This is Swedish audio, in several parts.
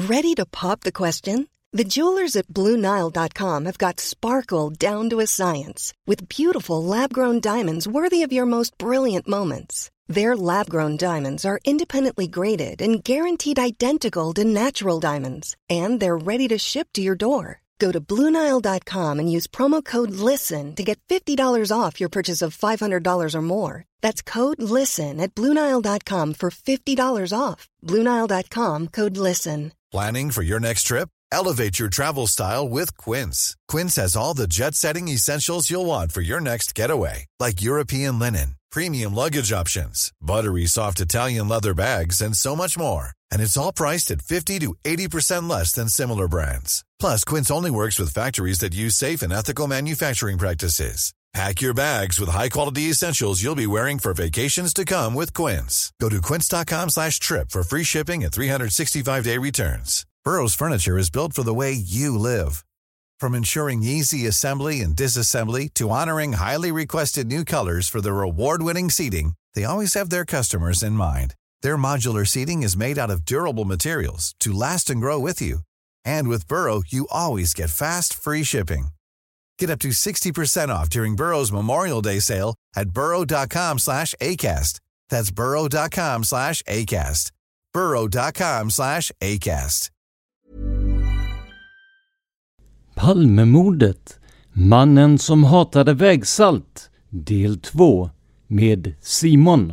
Ready to pop the question? The jewelers at BlueNile.com have got sparkle down to a science with beautiful lab-grown diamonds worthy of your most brilliant moments. Their lab-grown diamonds are independently graded and guaranteed identical to natural diamonds, and they're ready to ship to your door. Go to BlueNile.com and use promo code LISTEN to get $50 off your purchase of $500 or more. That's code LISTEN at BlueNile.com for $50 off. BlueNile.com, code LISTEN. Planning for your next trip? Elevate your travel style with Quince. Quince has all the jet-setting essentials you'll want for your next getaway, like European linen, premium luggage options, buttery soft Italian leather bags, and so much more. And it's all priced at 50 to 80% less than similar brands. Plus, Quince only works with factories that use safe and ethical manufacturing practices. Pack your bags with high-quality essentials you'll be wearing for vacations to come with Quince. Go to quince.com/trip for free shipping and 365-day returns. Burrow's furniture is built for the way you live. From ensuring easy assembly and disassembly to honoring highly requested new colors for their award-winning seating, they always have their customers in mind. Their modular seating is made out of durable materials to last and grow with you. And with Burrow, you always get fast, free shipping. Get up to 60% off during Burrow's Memorial Day sale at burrow.com/ACAST. That's burrow.com/ACAST. burrow.com/ACAST. Palmemordet, mannen som hatade vägsalt, del 2 med Simon.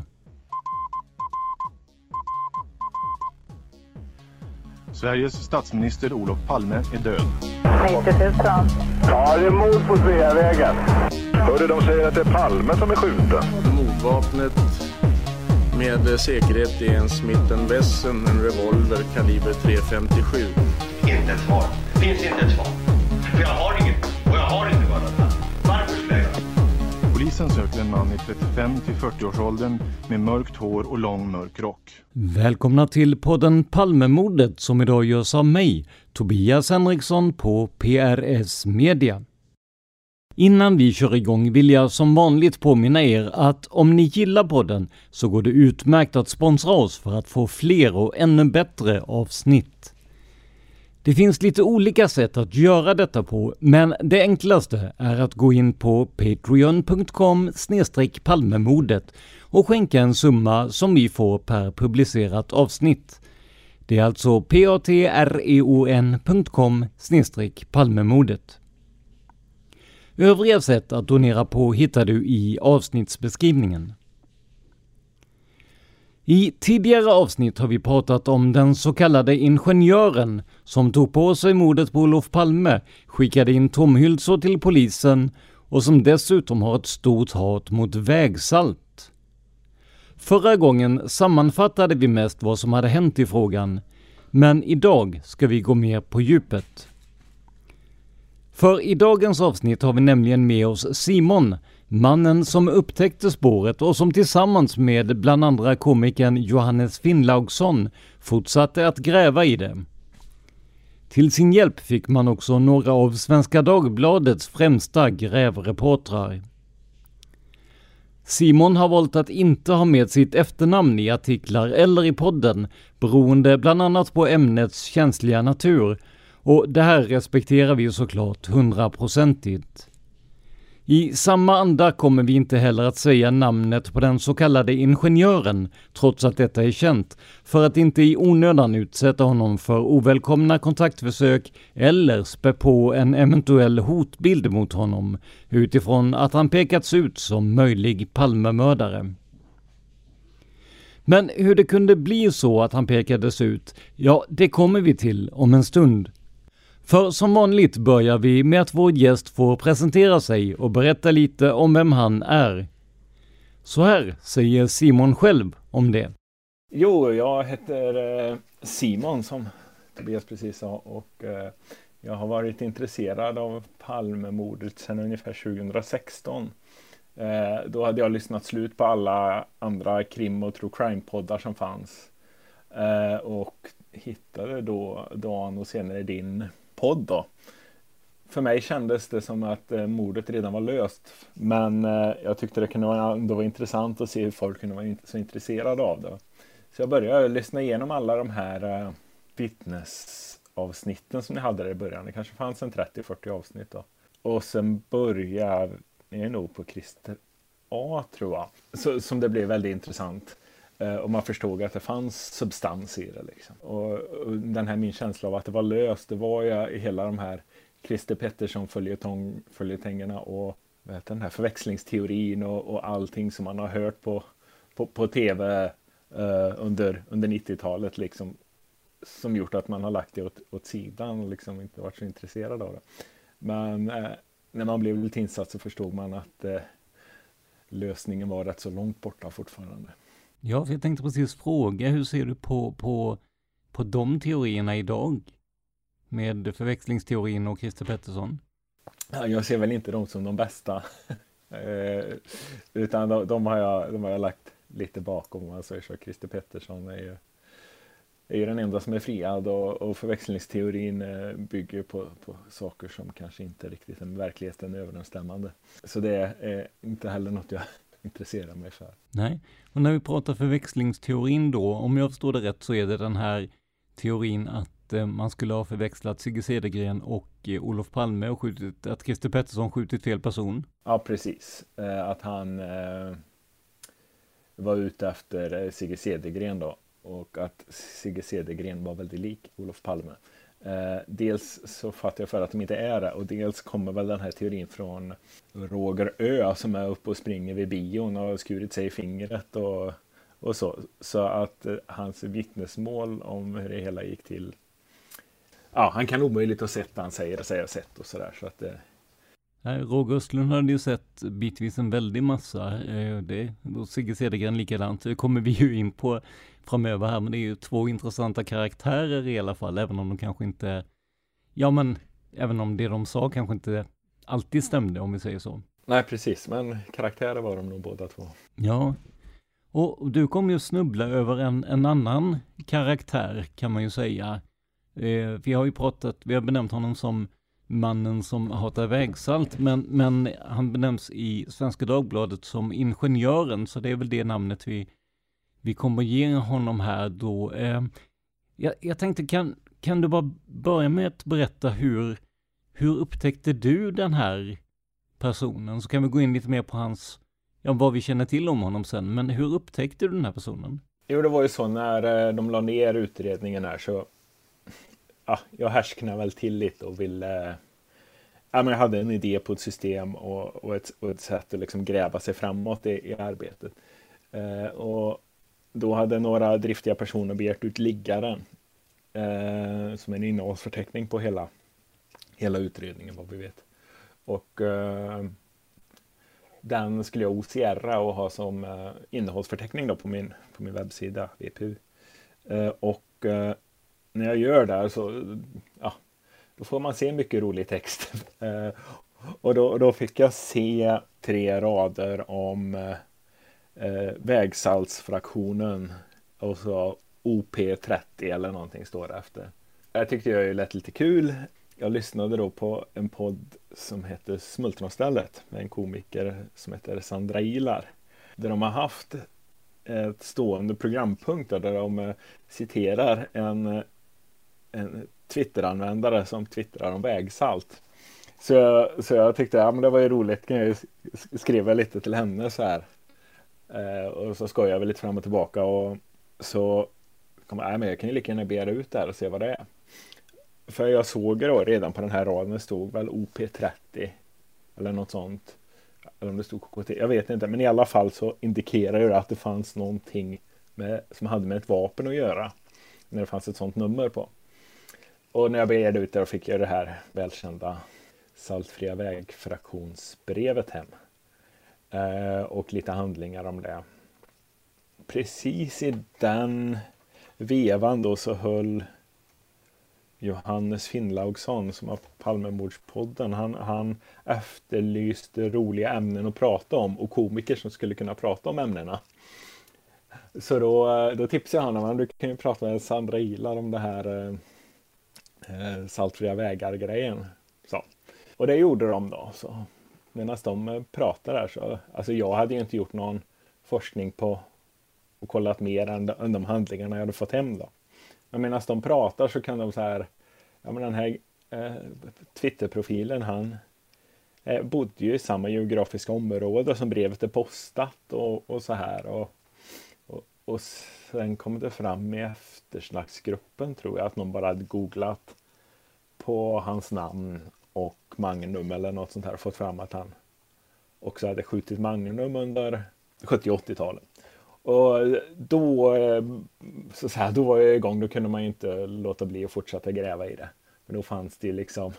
Sveriges statsminister Olof Palme är död. 90 000. Ja, det är mord på Sveavägen. Hörde de säger att det är Palme som är skjuten. Mordvapnet med säkerhet är en Smith & Wesson, en revolver kaliber .357. Inte ett svar. Finns inte ett svar. För jag har inget. Och jag har inte bara. Varför skulle jag? Polisen söker en man i 35 till 40-årsåldern med mörkt hår och lång mörk rock. Välkomna till podden Palmemordet som idag görs av mig, Tobias Henriksson på PRS Media. Innan vi kör igång vill jag som vanligt påminna er att om ni gillar podden så går det utmärkt att sponsra oss för att få fler och ännu bättre avsnitt. Det finns lite olika sätt att göra detta på, men det enklaste är att gå in på patreon.com/palmemordet och skänka en summa som vi får per publicerat avsnitt. Det är alltså patreon.com/palmemordet. Övriga sätt att donera på hittar du i avsnittsbeskrivningen. I tidigare avsnitt har vi pratat om den så kallade ingenjören som tog på sig mordet på Olof Palme, skickade in tomhylsor till polisen och som dessutom har ett stort hat mot vägsalt. Förra gången sammanfattade vi mest vad som hade hänt i frågan, men idag ska vi gå mer på djupet. För i dagens avsnitt har vi nämligen med oss Simon, mannen som upptäckte spåret och som tillsammans med bland andra komikern Johannes Finnlaugsson fortsatte att gräva i det. Till sin hjälp fick man också några av Svenska Dagbladets främsta grävreportrar. Simon har valt att inte ha med sitt efternamn i artiklar eller i podden beroende bland annat på ämnets känsliga natur, och det här respekterar vi såklart 100%. I samma anda kommer vi inte heller att säga namnet på den så kallade ingenjören, trots att detta är känt, för att inte i onödan utsätta honom för ovälkomna kontaktförsök eller spä på en eventuell hotbild mot honom, utifrån att han pekats ut som möjlig Palmemördare. Men hur det kunde bli så att han pekades ut, ja, det kommer vi till om en stund. För som vanligt börjar vi med att vår gäst får presentera sig och berätta lite om vem han är. Så här säger Simon själv om det. Jo, jag heter Simon som Tobias precis sa, och jag har varit intresserad av Palmemordet sedan ungefär 2016. Då hade jag lyssnat slut på alla andra krim- och true crime-poddar som fanns. Och hittade då Dan och senare din podd då. För mig kändes det som att mordet redan var löst. Men jag tyckte det kunde vara intressant att se hur folk kunde vara så intresserade av det. Så jag började lyssna igenom alla de här vittnesavsnitten som ni hade där i början. Det kanske fanns en 30-40 avsnitt då. Och sen börjar ni nog på Christer A, tror jag. Som det blev väldigt intressant. Och man förstod att det fanns substans i det liksom. Och den här min känsla av att det var löst, det var ju i hela de här Christer Pettersson följetängerna och den här förväxlingsteorin och allting som man har hört på tv under 90-talet liksom, som gjort att man har lagt det åt sidan och liksom inte varit så intresserad av det. Men när man blev lite insatt så förstod man att lösningen var rätt så långt borta fortfarande. Ja, för jag tänkte precis fråga, hur ser du på de teorierna idag? Med förväxlingsteorin och Christer Pettersson? Ja, jag ser väl inte dem som de bästa. Utan de har jag lagt lite bakom. Alltså, så Christer Pettersson är ju den enda som är friad och förväxlingsteorin bygger på saker som kanske inte riktigt är med verkligheten överensstämmande. Så det är inte heller något jag intresserar mig för. Nej, och när vi pratar förväxlingsteorin då, om jag förstår det rätt så är det den här teorin att man skulle ha förväxlat Sigge Cedergren och Olof Palme och att Christer Pettersson skjutit fel person. Ja, precis. Att han var ute efter Sigge Cedergren då. Och att Sigge Cedergren var väldigt lik Olof Palme. Dels så fattar jag för att de inte är det. Och dels kommer väl den här teorin från Roger Ö som är uppe och springer vid bion och har skurit sig i fingret och så. Så att hans vittnesmål om hur det hela gick till. Ja, han kan omöjligt ha sett vad han säger sett och sådär. Så att Roger Östlund hade ju sett bitvis en väldig massa. Och Sigge Cedergren likadant. Det kommer vi ju in på framöver här. Men det är ju två intressanta karaktärer i alla fall. Även om de kanske inte... Ja, men även om det de sa kanske inte alltid stämde, om vi säger så. Nej, precis. Men karaktärer var de nog båda två. Ja. Och du kommer ju snubbla över en annan karaktär, kan man ju säga. Vi har benämnt honom som mannen som hatar vägsalt, men han benämns i Svenska Dagbladet som ingenjören, så det är väl det namnet vi kommer ge honom här då. Jag tänkte, kan du bara börja med att berätta hur upptäckte du den här personen? Så kan vi gå in lite mer på vad vi känner till om honom sen, men hur upptäckte du den här personen? Jo, det var ju så när de la ner utredningen här så jag härsknade väl till lite och ville... jag hade en idé på ett system och ett sätt att liksom gräva sig framåt i arbetet. Och då hade några driftiga personer begärt ut liggaren som en innehållsförteckning på hela utredningen, vad vi vet. Och den skulle jag OCR:a och ha som innehållsförteckning då på min webbsida, VPU. När jag gör det så då får man se mycket rolig text. Och då fick jag se 3 rader om vägsaltsfraktionen och så OP30 eller någonting står det efter. Jag tyckte det lät lite kul. Jag lyssnade då på en podd som heter Smultronstället med en komiker som heter Sandra Ilar. Där de har haft ett stående programpunkt där de citerar en Twitter-användare som twittrar om vägsalt. Så jag tyckte, men det var ju roligt, kan jag skriva lite till henne så här. Och så skojade vi lite fram och tillbaka och så kom jag kan ju lika gärna begära ut det här och se vad det är. För jag såg då redan på den här raden stod väl OP30 eller något sånt. Eller om det stod KKT, jag vet inte. Men i alla fall så indikerar det att det fanns någonting som hade med ett vapen att göra. När det fanns ett sånt nummer på. Och när jag begärde ut det fick jag det här välkända saltfria vägfraktionsbrevet hem. Och lite handlingar om det. Precis i den vevan då så höll Johannes Finnlaugsson som har Palmemordspodden. Han efterlyste roliga ämnen att prata om och komiker som skulle kunna prata om ämnena. Så då tipsade jag honom, du kan ju prata med Sandra Ilar om det här saltfria vägar-grejen. Så. Och det gjorde de då. Så. Medan de pratade där så, alltså jag hade ju inte gjort någon forskning på och kollat mer än de handlingarna jag hade fått hem då. medan de pratar så kan de så här, ja men den här Twitter-profilen, han bodde ju i samma geografiska område som brevet är postat och så här. Och sen kom det fram i eftersnacksgruppen, tror jag, att någon bara hade googlat på hans namn och Magnum eller något sånt här och fått fram att han också hade skjutit Magnum under 70-80-talet. Och då, då var jag igång, då kunde man inte låta bli att fortsätta gräva i det. Men då fanns det liksom...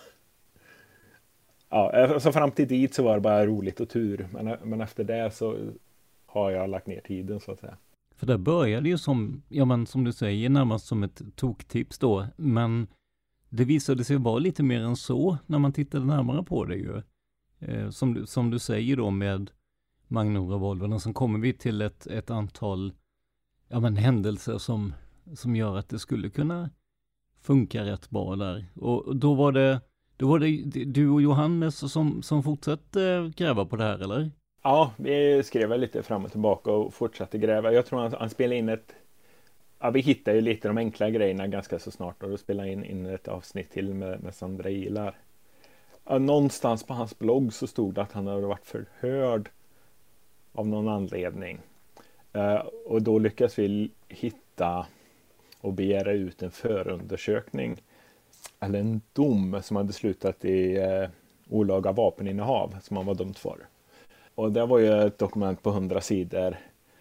Ja, alltså fram till dit så var det bara roligt och tur. Men efter det så har jag lagt ner tiden, så att säga. För det började ju som du säger, närmast som ett toktips då. Men det visade sig vara lite mer än så när man tittade närmare på det ju. Som du säger då med Magnum-revolverna, så kommer vi till ett antal händelser som gör att det skulle kunna funka rätt bra där. Och då var det du och Johannes som fortsatte gräva på det här, eller? Ja, vi skrev lite fram och tillbaka och fortsatte gräva. Jag tror han spelade in vi hittade ju lite de enkla grejerna ganska så snart, och då spelade in ett avsnitt till med Sandra Ilar. Någonstans på hans blogg så stod det att han hade varit förhörd av någon anledning. Och då lyckas vi hitta och begära ut en förundersökning eller en dom som hade slutat i olaga vapeninnehav som han var dömd för. Och det var ju ett dokument på 100 sidor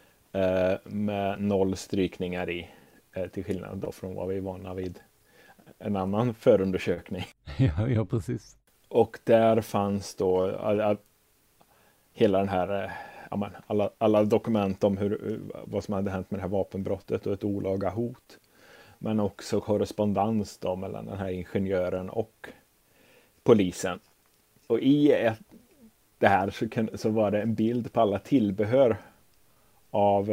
med 0 strykningar i, till skillnad då från vad vi är vana vid en annan förundersökning. Ja, precis. Och där fanns då hela den här alla dokument om vad som hade hänt med det här vapenbrottet och ett olaga hot. Men också korrespondens då mellan den här ingenjören och polisen. Och i det här så var det en bild på alla tillbehör av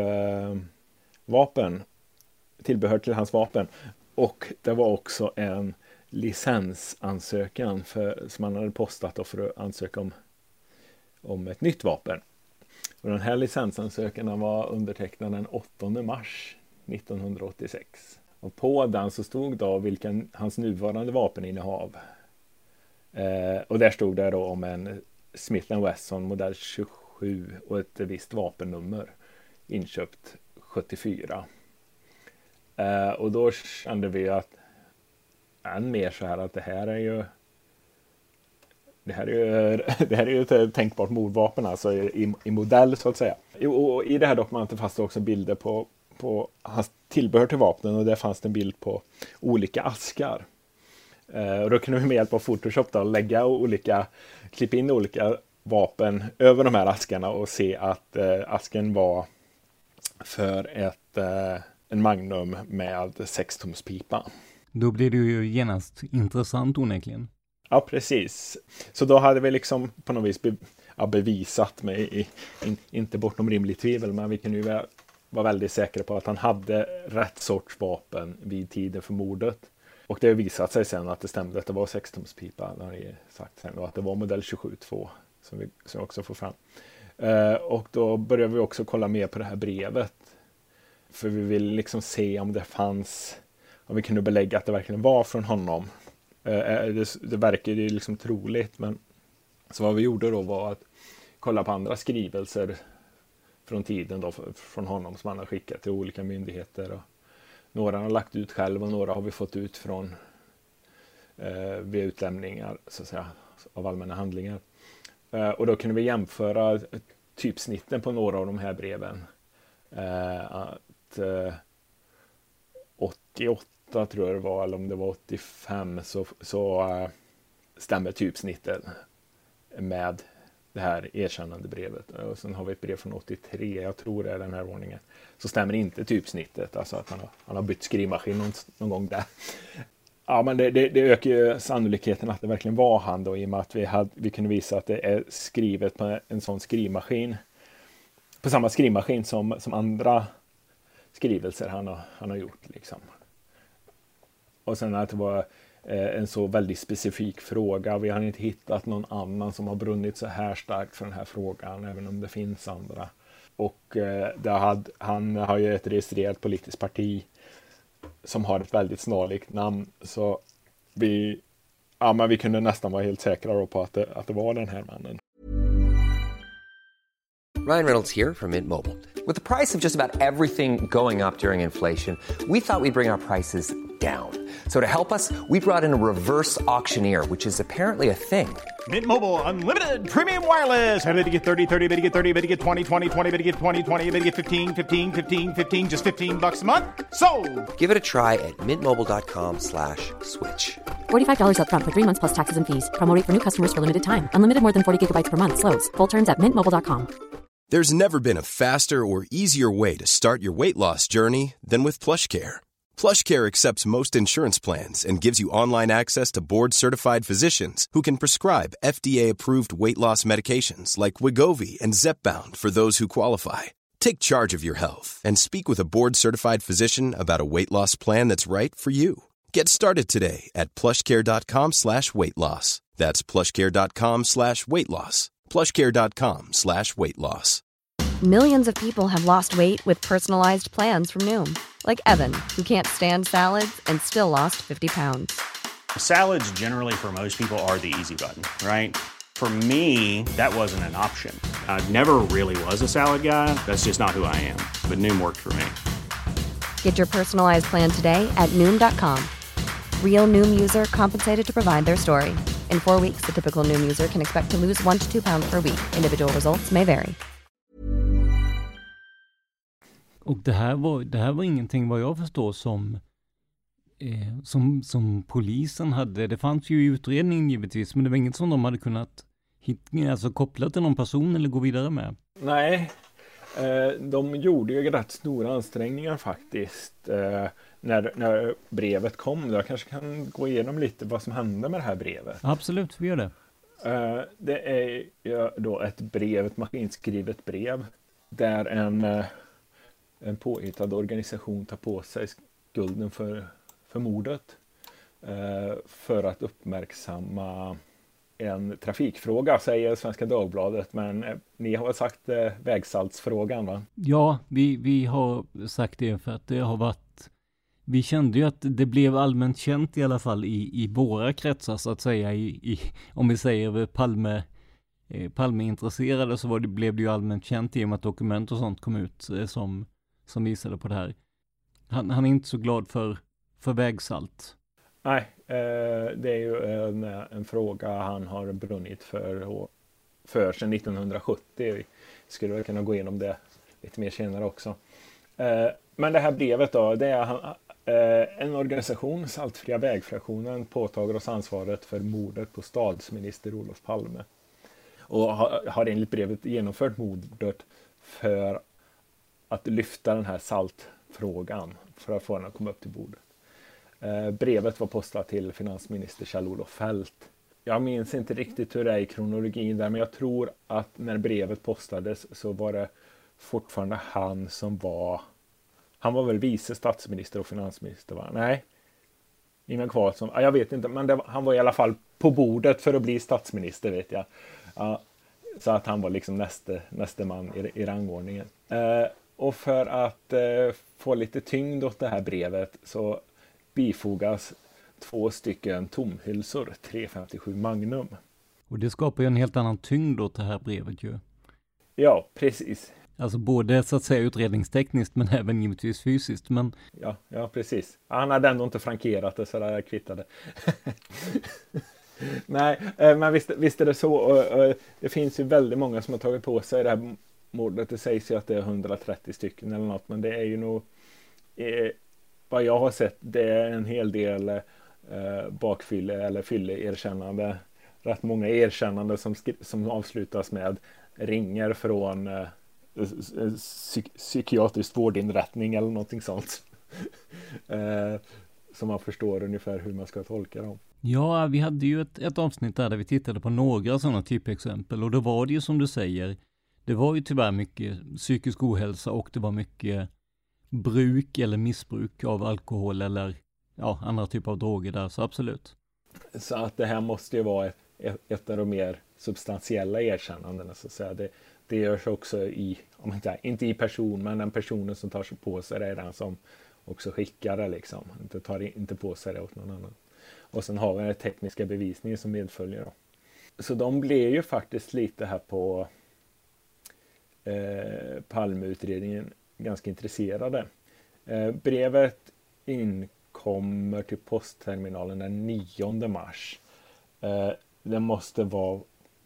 vapen. Tillbehör till hans vapen. Och det var också en licensansökan som han hade postat då för att ansöka om ett nytt vapen. Och den här licensansökan var undertecknad den 8 mars 1986. Och på den så stod då hans nuvarande vapeninnehav. Och där stod det då om en Smith & Wesson modell 27 och ett visst vapennummer inköpt 74. Och då kände vi att än mer så här att det här är ju ett tänkbart mordvapen, alltså i modell så att säga. Och i det här dokumentet fanns det också bilder på hans tillbehör till vapnen, och där fanns det en bild på olika askar. Och då kunde vi med hjälp av Photoshop då klippa in olika vapen över de här askarna och se att asken var för en Magnum med 6-tumspipa. Då blir det ju genast intressant onekligen. Ja, precis. Så då hade vi liksom på något vis bevisat med inte bortom rimligt tvivel, men vi kan ju vara väldigt säkra på att han hade rätt sorts vapen vid tiden för mordet. Och det har visat sig sen att det stämde att det var 6-tumspipa, det har ni sagt sen, och att det var modell 27.2 som vi också får fram. Och då började vi också kolla mer på det här brevet. För vi vill liksom se om vi kunde belägga att det verkligen var från honom. Det verkar ju liksom troligt, men så vad vi gjorde då var att kolla på andra skrivelser från tiden då, från honom som han har skickat till olika myndigheter. Och några har lagt ut själv och några har vi fått ut från via utlämningar så att säga, av allmänna handlingar. Och då kunde vi jämföra typsnitten på några av de här breven. Att 88 tror jag det var, eller om det var 85 så stämmer typsnitten med det här erkännande brevet. Och sen har vi ett brev från 83, jag tror det är den här ordningen. Så stämmer inte typsnittet, alltså att han har bytt skrivmaskin någon gång där. Ja, men det ökar ju sannolikheten att det verkligen var han då, i och med att vi kunde visa att det är skrivet på en sån skrivmaskin. På samma skrivmaskin som andra skrivelser han har gjort liksom. Och sen att det var en så väldigt specifik fråga. Vi har inte hittat någon annan som har brunnit så här starkt för den här frågan, även om det finns andra. Och han har ju ett registrerat politiskt parti som har ett väldigt snarlikt namn. Så vi kunde nästan vara helt säkra då på att det var den här mannen. Ryan Reynolds here from Mint Mobile. With the price of just about everything going up during inflation, we thought we'd bring our prices down. So to help us, we brought in a reverse auctioneer, which is apparently a thing. Mint Mobile Unlimited Premium Wireless. How to get 30, 30, bit to get 30, bit to get 20, 20, 20, bit to get 20, 20, bit to get 15, 15, 15, 15, just $15 a month? Sold! Give it a try at mintmobile.com/switch. $45 up front for 3 months plus taxes and fees. Promo rate for new customers for limited time. Unlimited more than 40 gigabytes per month. Slows full terms at mintmobile.com. There's never been a faster or easier way to start your weight loss journey than with PlushCare. PlushCare accepts most insurance plans and gives you online access to board-certified physicians who can prescribe FDA-approved weight loss medications like Wegovy and Zepbound for those who qualify. Take charge of your health and speak with a board-certified physician about a weight loss plan that's right for you. Get started today at plushcare.com/weightloss. That's plushcare.com/weightloss. plushcare.com/weightloss. Millions of people have lost weight with personalized plans from Noom. Like Evan, who can't stand salads and still lost 50 pounds. Salads generally for most people are the easy button, right? For me, that wasn't an option. I never really was a salad guy. That's just not who I am. But Noom worked for me. Get your personalized plan today at Noom.com. Real Noom user compensated to provide their story. In 4 weeks, the typical Noom user can expect to lose 1 to 2 pounds per week. Individual results may vary. Och det här var ingenting vad jag förstår som polisen hade. Det fanns ju i utredningen givetvis, men det var inget som de hade kunnat koppla till någon person eller gå vidare med. Nej, de gjorde ju rätt stora ansträngningar faktiskt när brevet kom. Jag kanske kan gå igenom lite vad som hände med det här brevet. Absolut, vi gör det. Det är ju då ett maskinskrivet brev där en påhittad organisation tar på sig skulden för mordet för att uppmärksamma en trafikfråga, säger Svenska Dagbladet, men ni har väl sagt vägsaltsfrågan, va? Ja, vi har sagt det för att det har varit, vi kände ju att det blev allmänt känt i alla fall i våra kretsar så att säga, om vi säger Palme-intresserade, så blev det ju allmänt känt i och med att dokument och sånt kom ut som visade på det här. Han är inte så glad för vägsalt. Nej, det är ju en fråga han har brunnit för sedan 1970. Vi skulle väl kunna gå igenom det lite mer senare också. Men det här brevet då, det är en organisation, Saltfria vägfraktionen, påtager oss ansvaret för mordet på statsminister Olof Palme. Och har enligt brevet genomfört mordet för att lyfta den här saltfrågan för att få den att komma upp till bordet. Brevet var postat till finansminister Kjell-Olof Feldt. Jag minns inte riktigt hur det är i kronologin där, men jag tror att när brevet postades så var det fortfarande han var väl vice statsminister och finansminister, va? Nej, Ingvar Carlsson, jag vet inte, men han var i alla fall på bordet för att bli statsminister, vet jag. Ja, så att han var liksom näste man i rangordningen. Och för att få lite tyngd åt det här brevet så bifogas 2 stycken tomhylsor, 357 Magnum. Och det skapar ju en helt annan tyngd åt det här brevet ju. Ja, precis. Alltså både så att säga utredningstekniskt men även givetvis fysiskt. Men... Ja, precis. Han hade ändå inte frankerat det så där kvittade. Nej, men visst är det så. Och det finns ju väldigt många som har tagit på sig det här mordet. Det sägs ju att det är 130 stycken eller något, men det är ju nog vad jag har sett, det är en hel del bakfylle eller fylleerkännande. Rätt många erkännande som avslutas med ringer från psykiatrisk vårdinrättning eller någonting sånt. Som man förstår ungefär hur man ska tolka dem. Ja, vi hade ju ett avsnitt där vi tittade på några sådana typexempel, och då var det ju som du säger, det var ju tyvärr mycket psykisk ohälsa och det var mycket bruk eller missbruk av alkohol eller andra typer av droger där, så absolut. Så att det här måste ju vara ett av de mer substantiella erkännandena, så att säga. Det görs också inte i person, men den personen som tar sig på sig det är den som också skickar det liksom. Tar inte på sig det åt någon annan. Och sen har vi den tekniska bevisningen som medföljer då. Så de blev ju faktiskt lite här på Palmeutredningen ganska intresserade. Brevet inkommer till postterminalen den 9 mars. Det måste vara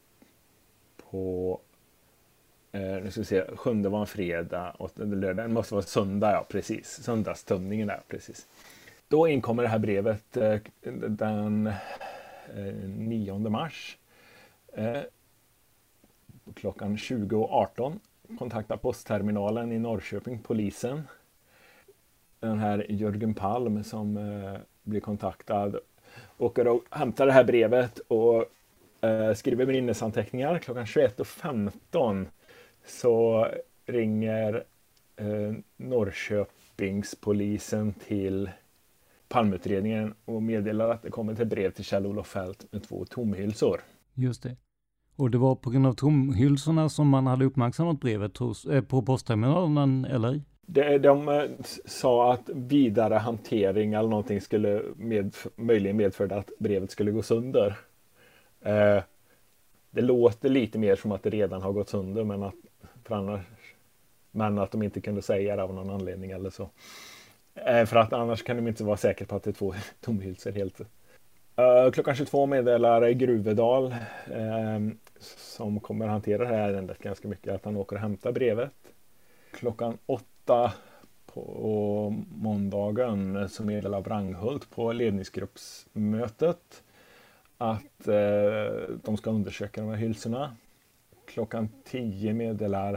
på nu ska vi se, 7 var en fredag och lördag, det måste vara söndag, ja precis, söndagstömningen där, precis. Då inkommer det här brevet den 9 mars. Klockan 20:18 kontaktar postterminalen i Norrköping polisen. Den här Jörgen Palm som blir kontaktad åker och hämtar det här brevet och skriver minnesanteckningar. Klockan 21:15 så ringer Norrköpingspolisen till Palmeutredningen och meddelar att det kommer ett brev till Kjell-Olof Feldt med 2 tomhylsor. Just det. Och det var på grund av tomhylsorna som man hade uppmärksammat brevet på postterminalen, eller? De sa att vidare hantering eller någonting skulle möjligen medföra att brevet skulle gå sönder. Det låter lite mer som att det redan har gått sönder, men att de inte kunde säga det av någon anledning eller så. För att annars kan de inte vara säkra på att det är 2 tomhylsor helt. Klockan 22 meddelar Gruvedal som kommer att hantera det här ärendet ganska mycket att han åker och hämtar brevet. Klockan 8 på måndagen så meddelar Wranghult på ledningsgruppsmötet att de ska undersöka de här hylsorna. Klockan 10 meddelar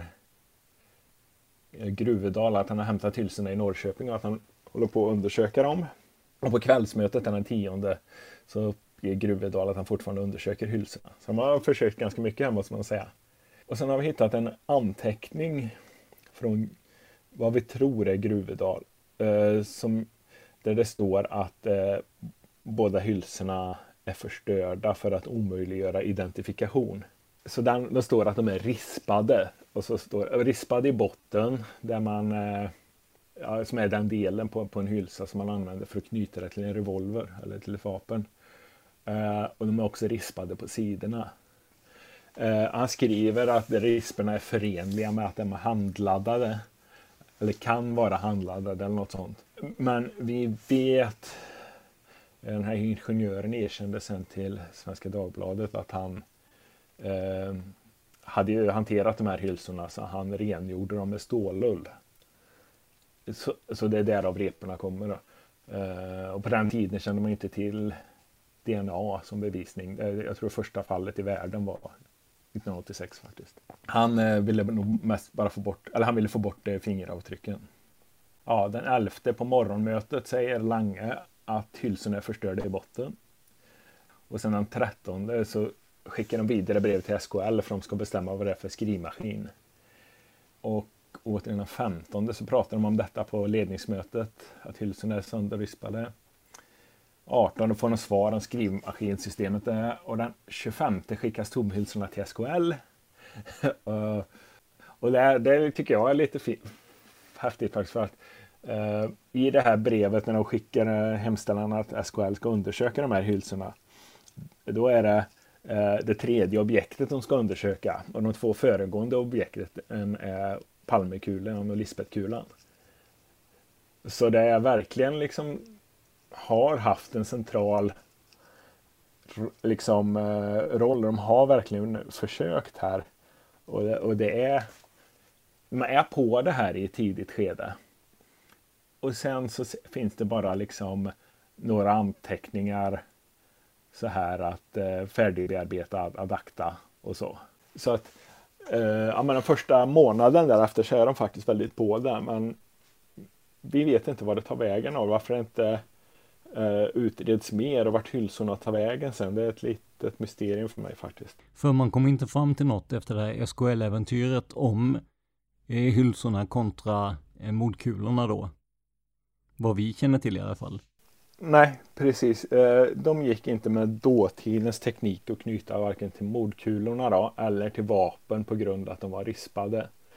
Gruvedal att han har hämtat hylsorna i Norrköping och att han håller på att undersöka dem. Och på kvällsmötet den 10 så ger Gruvedal att han fortfarande undersöker hylsorna. Så de har försökt ganska mycket här, måste man säga. Och sen har vi hittat en anteckning från vad vi tror är Gruvedal. Där det står att båda hylsorna är förstörda för att omöjliggöra identifikation. Så då står att de är rispade. Och så står rispade i botten där man som är den delen på en hylsa som man använder för att knyta det till en revolver eller till ett vapen. Och de är också rispade på sidorna. Han skriver att risperna är förenliga med att de är handladdade. Eller kan vara handladdade eller något sånt. Men vi vet, den här ingenjören erkände sen till Svenska Dagbladet att han hade ju hanterat de här hylsorna så han rengjorde dem med stålull. Så det är därav reporna kommer då. Och på den tiden kände man inte till DNA som bevisning. Jag tror första fallet i världen var 1986 faktiskt. Han ville nog mest bara få bort fingeravtrycken. Ja, den 11 på morgonmötet säger Lange att hylsorna är förstörda i botten. Och sen den 13 så skickar de vidare brev till SKL för de ska bestämma vad det är för skrivmaskin. Och återigen den 15 så pratar de om detta på ledningsmötet, att hylsorna är sönderrispade. 18 får de svar om skrivmaskinsystemet är, och den 25 skickas tomhylsorna till SKL. Och det tycker jag är lite häftigt faktiskt, för att i det här brevet när de skickar hemställan att SKL ska undersöka de här hylsorna, då är det det tredje objektet de ska undersöka, och de 2 föregående objekten är Palmekulan och Lisbethkulan. Så det är verkligen liksom har haft en central liksom roll. De har verkligen försökt här, och det är man är på det här i ett tidigt skede. Och sen så finns det bara liksom några anteckningar så här att färdigbearbeta ad acta och så. Så att men den första månaden därefter så är de faktiskt väldigt på det, men vi vet inte vad det tar vägen av, varför det inte utreds mer och vart hylsorna tar vägen sen. Det är ett litet mysterium för mig faktiskt. För man kom inte fram till något efter det här SKL-äventyret om hylsorna kontra mordkulorna då. Vad vi känner till i alla fall. Nej, precis. De gick inte med dåtidens teknik att knyta varken till mordkulorna då, eller till vapen på grund av att de var rispade.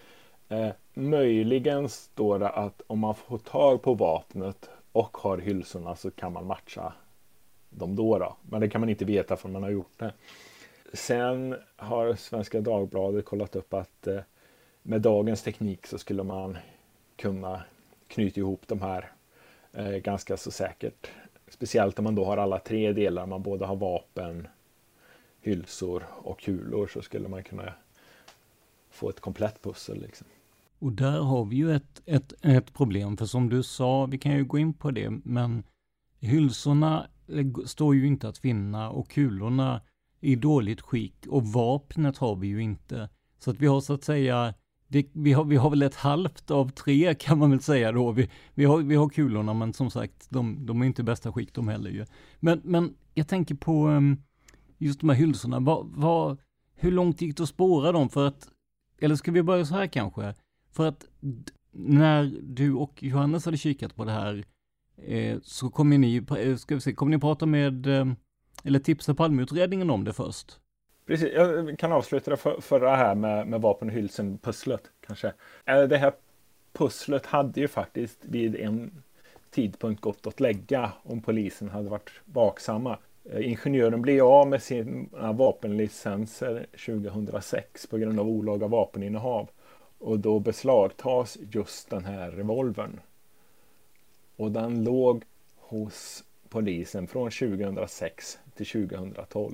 Möjligen står det att om man får tag på vapnet och har hylsorna så kan man matcha dem då. Men det kan man inte veta förrän man har gjort det. Sen har Svenska Dagbladet kollat upp att med dagens teknik så skulle man kunna knyta ihop de här ganska så säkert. Speciellt om man då har alla 3 delar. Man både har vapen, hylsor och kulor, så skulle man kunna få ett komplett pussel liksom. Och där har vi ju ett problem, för som du sa, vi kan ju gå in på det, men hylsorna står ju inte att finna och kulorna i dåligt skick och vapnet har vi ju inte. Så att vi har så att säga, vi har väl ett halvt av 3 kan man väl säga då. Vi har kulorna, men som sagt, de är inte bästa skick de heller ju. Men jag tänker på just de här hylsorna, hur långt gick det att spåra dem? För att, eller ska vi börja så här kanske? För att när du och Johannes hade kikat på det här så kommer ni prata med eller tipsa Palmeutredningen om det först? Precis, jag kan avsluta det förra här med vapen och hylsen-pusslet kanske. Det här pusslet hade ju faktiskt vid en tidpunkt gått att lägga om polisen hade varit vaksamma. Ingenjören blev av med sina vapenlicenser 2006 på grund av olaga vapeninnehav. Och då beslagtas just den här revolvern. Och den låg hos polisen från 2006 till 2012.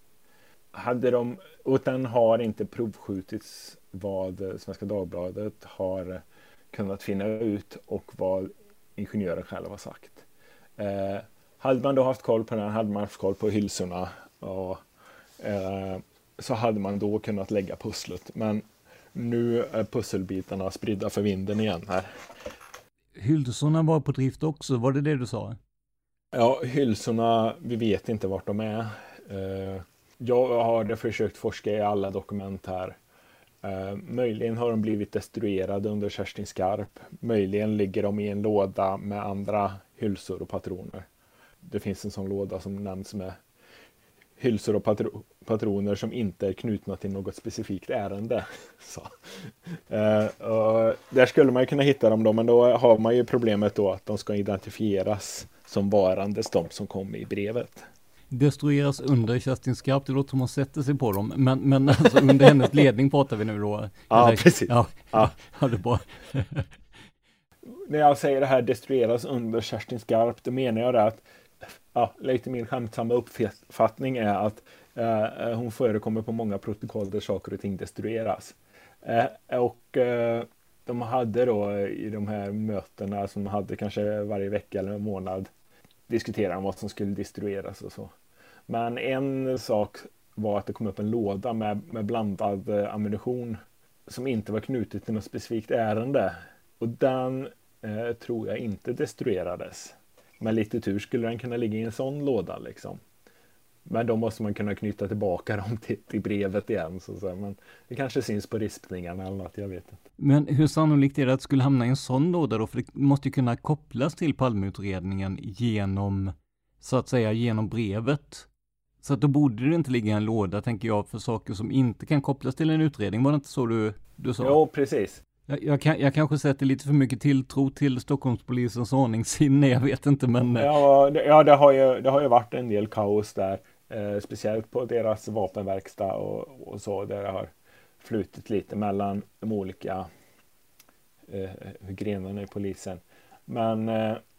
Och den har inte provskjutits vad Svenska Dagbladet har kunnat finna ut och vad ingenjören själv har sagt. Hade man då haft koll på den, hade man haft koll på hylsorna och så hade man då kunnat lägga pusslet. Men nu är pusselbitarna spridda för vinden igen här. Hylsorna var på drift också, var det du sa? Ja, hylsorna, vi vet inte vart de är. Jag har försökt forska i alla dokument här. Möjligen har de blivit destruerade under Kerstin Skarp. Möjligen ligger de i en låda med andra hylsor och patroner. Det finns en sån låda som nämns med hylsor och patroner som inte är knutna till något specifikt ärende. Så. Där skulle man kunna hitta dem då, men då har man ju problemet då att de ska identifieras som varandes de som kom i brevet. Destrueras under Kerstin Skarp, det låter som att sätta sig på dem, men alltså under hennes ledning pratar vi nu då. Ja, precis. Ja, det är bra. När jag säger det här destrueras under Kerstin Skarp, då menar jag det att lite min skämtsamma uppfattning är att hon förekommer på många protokoll där saker och ting destrueras. De hade då i de här mötena som de hade kanske varje vecka eller en månad diskutera vad som skulle destrueras och så. Men en sak var att det kom upp en låda med blandad ammunition som inte var knutet till något specifikt ärende. Och den tror jag inte destruerades. Med lite tur skulle den kunna ligga i en sån låda liksom. Men då måste man kunna knyta tillbaka dem till brevet igen. Så. Men det kanske syns på rispningarna eller något, jag vet inte. Men hur sannolikt är det att det skulle hamna i en sån låda då? För det måste ju kunna kopplas till Palmeutredningen genom, så att säga, genom brevet. Så att då borde det inte ligga i en låda, tänker jag, för saker som inte kan kopplas till en utredning. Var det inte så du sa? Jo, precis. Jag kanske sätter lite för mycket tilltro till Stockholmspolisens ordningssinne, jag vet inte, men... Ja, det har ju varit en del kaos där. Speciellt på deras vapenverkstad och så, där det har flutit lite mellan de olika grenarna i polisen. Men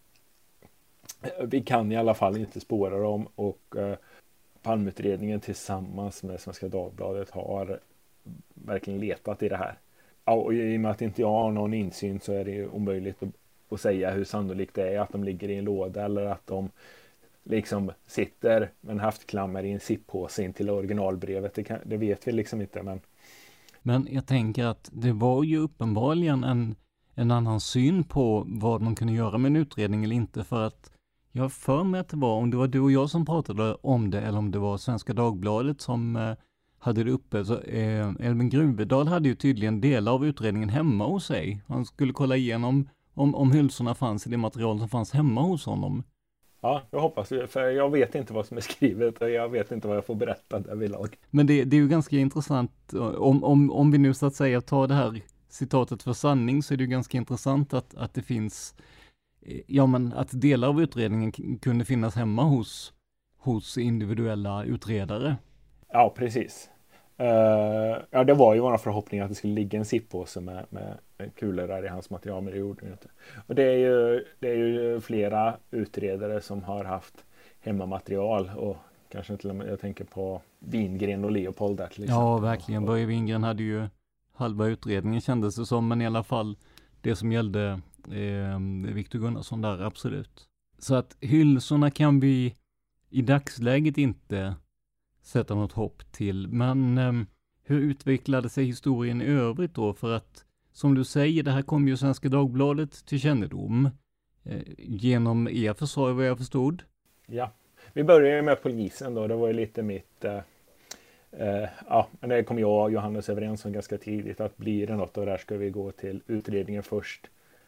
vi kan i alla fall inte spåra dem, och Palmeutredningen tillsammans med Svenska Dagbladet har verkligen letat i det här. Och i och med att inte jag har någon insyn så är det omöjligt att säga hur sannolikt det är att de ligger i en låda eller att de liksom sitter med en haftklammer i en zippåse in till originalbrevet. Det vet vi liksom inte. Men jag tänker att det var ju uppenbarligen en annan syn på vad man kunde göra med en utredning eller inte, för att jag har för mig att det var, om det var du och jag som pratade om det eller om det var Svenska Dagbladet som hade det uppe, så Elvin Gruvedal hade ju tydligen delar av utredningen hemma hos sig. Han skulle kolla igenom om hylsorna fanns i det material som fanns hemma hos honom. Ja, jag hoppas det, för jag vet inte vad som är skrivet och jag vet inte vad jag får berätta där vid lag. Men det är ju ganska intressant om vi nu så att säga tar det här citatet för sanning så är det ju ganska intressant att det finns, att delar av utredningen kunde finnas hemma hos individuella utredare. Ja, precis. Det var ju våra förhoppning att det skulle ligga en zippåse med kulor där i hans material, men det gjorde det inte. Och det är ju flera utredare som har haft hemmamaterial, och kanske till och med, jag tänker på Wingren och Leopold där till exempel. Ja, verkligen. Börje Wingren hade ju halva utredningen, kändes det som, men i alla fall det som gällde Viktor Gunnarsson där, absolut. Så att hylsorna kan vi i dagsläget inte sätta något hopp till. Men hur utvecklade sig historien i övrigt då? För att, som du säger, det här kom ju Svenska Dagbladet till kännedom genom er försorg, vad jag förstod. Ja, vi började med polisen då. Det var ju lite mitt... men det kom jag och Johannes överens om ganska tidigt, att blir det något av det här ska vi gå till utredningen först.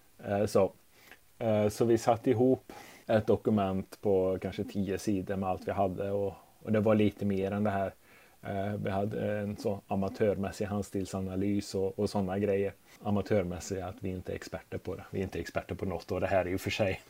Så vi satte ihop ett dokument på kanske 10 sidor med allt vi hade, och det var lite mer än det här. Vi hade en så amatörmässig handstilsanalys och sådana grejer. Amatörmässig att vi inte är experter på det. Vi är inte experter på något, och det här är ju för sig.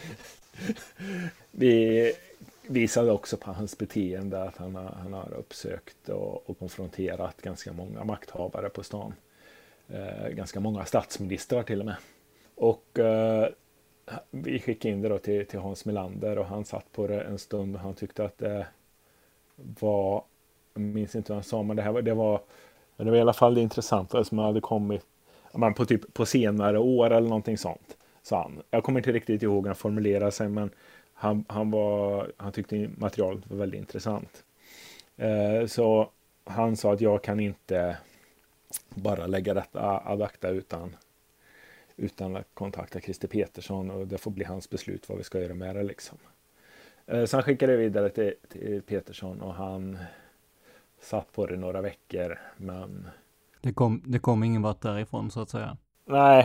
Vi visade också på hans beteende att han har uppsökt och konfronterat ganska många makthavare på stan. Ganska många statsministrar till och med. Och vi skickade in det då till Hans Melander, och han satt på det en stund och han tyckte att det var, jag minns inte vad han sa, men det var i alla fall det intressanta som hade kommit på senare år eller någonting sånt, sa han. Jag kommer inte riktigt ihåg hur han formulerade sig, men han tyckte materialet var väldigt intressant. Så han sa att jag kan inte bara lägga detta ad acta utan att kontakta Christer Petersson, och det får bli hans beslut vad vi ska göra med det liksom. Så han skickade vidare till Petersson, och han satt på det några veckor, men det kom ingen vart därifrån så att säga. Nej,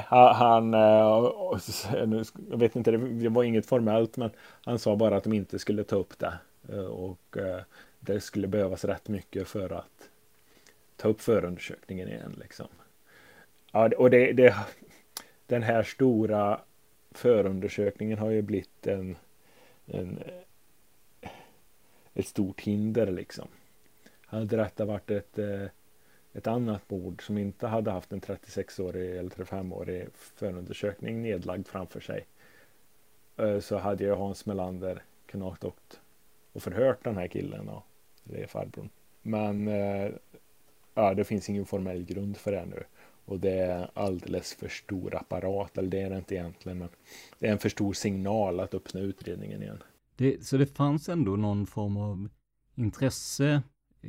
jag vet inte, det var inget formellt, men han sa bara att de inte skulle ta upp det, och det skulle behövas rätt mycket för att ta upp förundersökningen igen liksom. Ja, och den här stora förundersökningen har ju blivit ett stort hinder liksom. Hade detta varit ett annat mord som inte hade haft en 36-årig eller 35-årig förundersökning nedlagd framför sig, så hade ju Hans Melander kunnat åkt och förhört den här killen och det farbrorn. Men det finns ingen formell grund för det nu. Och det är alldeles för stor apparat, eller det är det inte egentligen, men det är en för stor signal att öppna utredningen igen. Så det fanns ändå någon form av intresse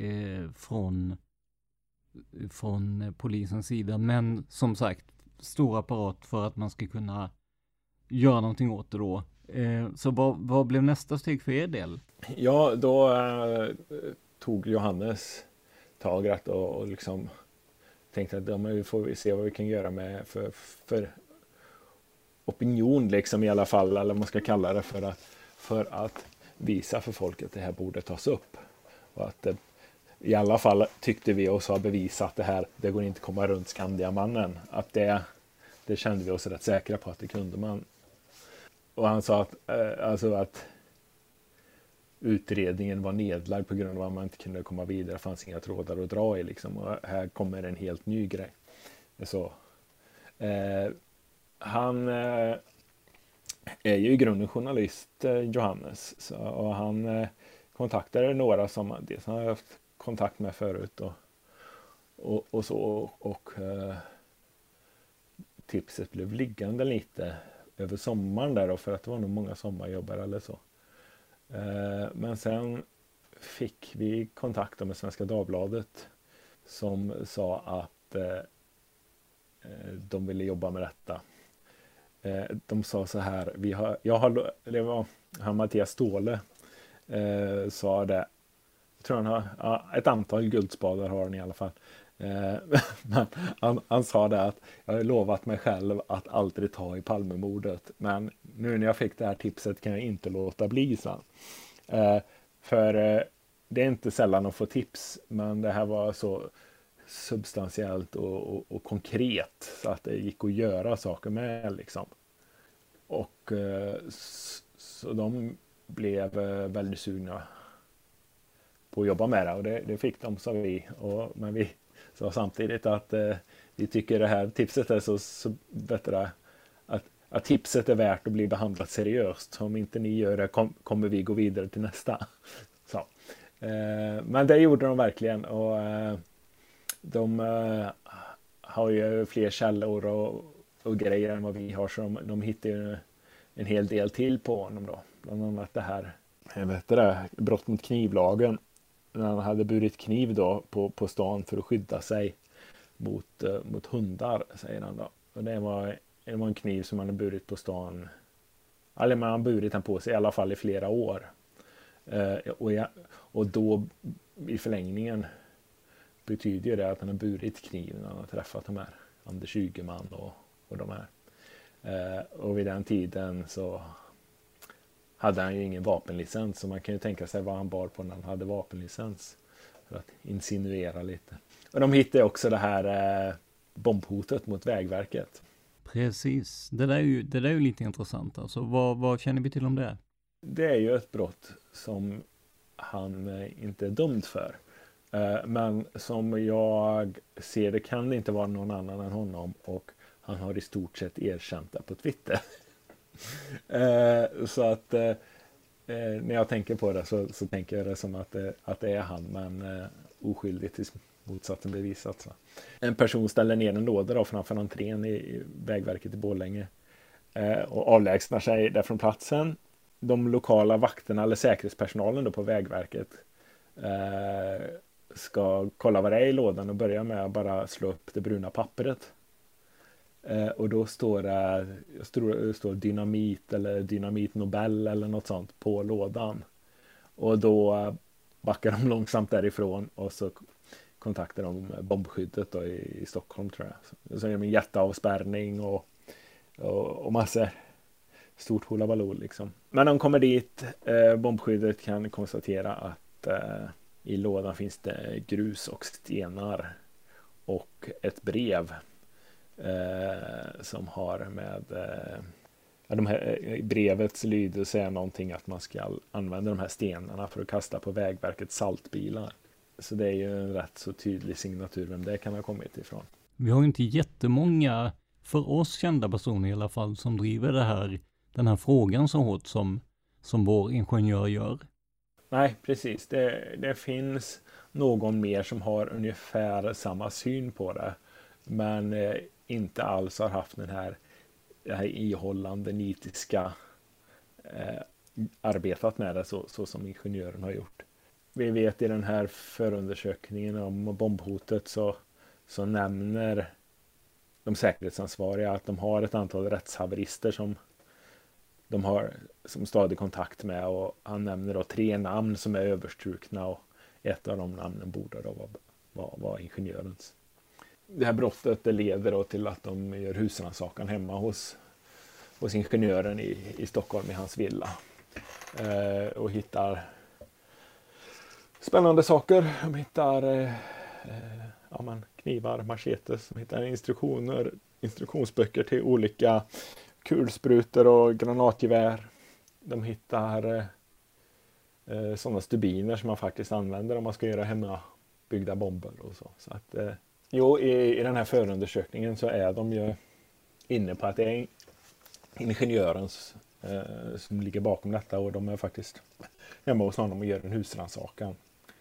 från polisens sida, men som sagt, stor apparat för att man ska kunna göra någonting åt det då. Så vad blev nästa steg för er del? Ja, då tog Johannes taget och liksom tänkte att nu får vi se vad vi kan göra med för opinion liksom i alla fall, eller vad man ska kalla det, för att visa för folk att det här borde tas upp. Och att i alla fall tyckte vi oss ha bevisat det går inte komma runt Skandiamannen. Att det kände vi oss rätt säkra på att det kunde man. Och han sa att utredningen var nedlagd på grund av att man inte kunde komma vidare. Det fanns inga trådar att dra i liksom. Och här kommer en helt ny grej. Så, han är ju i grunden journalist, Johannes. Och han kontaktade några som han har haft kontakt med förut. Och så. Och tipset blev liggande lite över sommaren där då, för att det var nog många sommarjobbare eller så. Men sen fick vi kontakt med Svenska Dagbladet som sa att de ville jobba med detta. De sa så här, det var Mattias Ståhle sa det. Jag tror han har ett antal guldspadar har han i alla fall. Men han sa det att jag har lovat mig själv att aldrig ta i Palmemordet, men nu när jag fick det här tipset kan jag inte låta bli, så. För det är inte sällan att få tips, men det här var substantiellt och konkret så att det gick att göra saker med liksom. Och så de blev väldigt sugna på att jobba med det, och det fick de, sa vi. Men vi sa samtidigt att vi tycker det här tipset är så bättre att tipset är värt att bli behandlat seriöst. Så om inte ni gör det kommer vi gå vidare till nästa. Så. Men det gjorde de verkligen, och de har ju fler källor och grejer än vad vi har, så de hittar ju en hel del till på honom då. Bland annat det här, brott mot knivlagen. När han hade burit kniv då på stan för att skydda sig mot hundar, säger han då. Och det var en kniv som han hade burit på stan. Eller man har burit den på sig i alla fall i flera år. Och då i förlängningen betyder det att han har burit kniv när han har träffat de här Anders Ygeman och de här. Och vid den tiden så hade han ju ingen vapenlicens, så man kan ju tänka sig vad han bar på när han hade vapenlicens, för att insinuera lite. Och de hittade också det här bombhotet mot Vägverket. Precis, det där är ju lite intressant. Alltså, vad känner vi till om det? Det är ju ett brott som han inte är dömd för. Men som jag ser det kan det inte vara någon annan än honom, och han har i stort sett erkänt det på Twitter. Så att när jag tänker på det så tänker jag det som att det är han, men oskyldigt tills motsatsen bevisat. Så. En person ställer ner en låda då framför entrén i Vägverket i Borlänge och avlägsnar sig där från platsen. De lokala vakterna eller säkerhetspersonalen då på Vägverket ska kolla vad det är i lådan och börja med att bara slå upp det bruna pappret. Och då står det dynamit eller dynamit Nobel eller något sånt på lådan. Och då backar de långsamt därifrån och så kontaktar de bombskyddet då i Stockholm, tror jag. Så är det en jätteavspärrning och massor. Stort hullabaloo liksom. Men de kommer dit, bombskyddet kan konstatera att i lådan finns det grus och stenar och ett brev som har med de här brevets lydelse är någonting att man ska använda de här stenarna för att kasta på Vägverkets saltbilar. Så det är ju en rätt så tydlig signatur vem det kan ha kommit ifrån. Vi har ju inte jättemånga för oss kända personer i alla fall som driver den här frågan så hårt som vår ingenjör gör. Nej, precis. Det finns någon mer som har ungefär samma syn på det, men inte alls har haft det här ihållande, nitiska arbetat med det så som ingenjören har gjort. Vi vet i den här förundersökningen om bombhotet så nämner de säkerhetsansvariga att de har ett antal rättshaverister som de har som stadig kontakt med, och han nämner då 3 namn som är överstrukna, och ett av de namnen borde då vara ingenjörens. Det här brottet det leder då till att de gör husrannsakan hemma hos ingenjören i Stockholm i hans villa och hittar spännande saker. De hittar knivar, machetes, de hittar instruktionsböcker till olika kulsprutor och granatgevär. De hittar sådana stubiner som man faktiskt använder om man ska göra hemmabyggda bomber och så. Så att, i den här förundersökningen så är de ju inne på att det är ingenjörens som ligger bakom detta, och de är faktiskt hemma hos honom och gör en husrannsakan.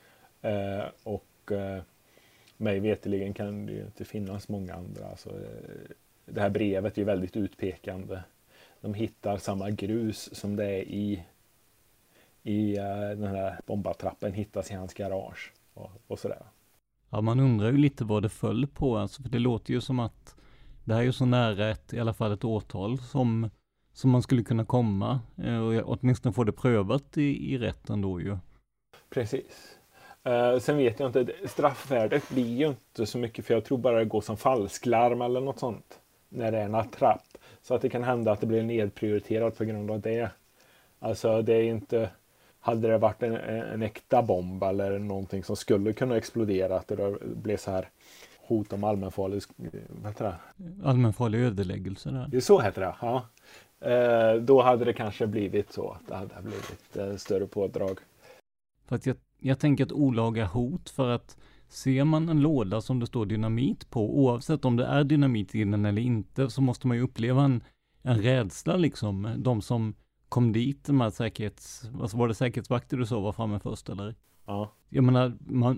Mig veteligen kan det ju inte finnas många andra. Alltså, det här brevet är väldigt utpekande. De hittar samma grus som det är i den här bombattrappen hittas i hans garage och sådär. Ja, man undrar ju lite vad det föll på. Alltså, för det låter ju som att det här är ju så nära i alla fall ett åtal som man skulle kunna komma. Och åtminstone få det prövat i rätten då ju. Precis. Sen vet jag inte, straffvärdet blir ju inte så mycket, för jag tror bara det går som falsklarm eller något sånt när det är en attrapp. Så att det kan hända att det blir nedprioriterat på grund av det. Alltså det är inte, hade det varit en äkta bomb eller någonting som skulle kunna explodera, att det blev så här hot om allmänfarlig, vad heter det? Allmänfarlig ödeläggelse där. Det är så heter det, ja. Då hade det kanske blivit så att det hade blivit större pådrag. För att jag tänker ett olaga hot, för att ser man en låda som det står dynamit på, oavsett om det är dynamit i den eller inte, så måste man ju uppleva en rädsla liksom. De som kom dit, de här alltså var det säkerhetsvakter du så var framme först eller? Ja. Jag menar,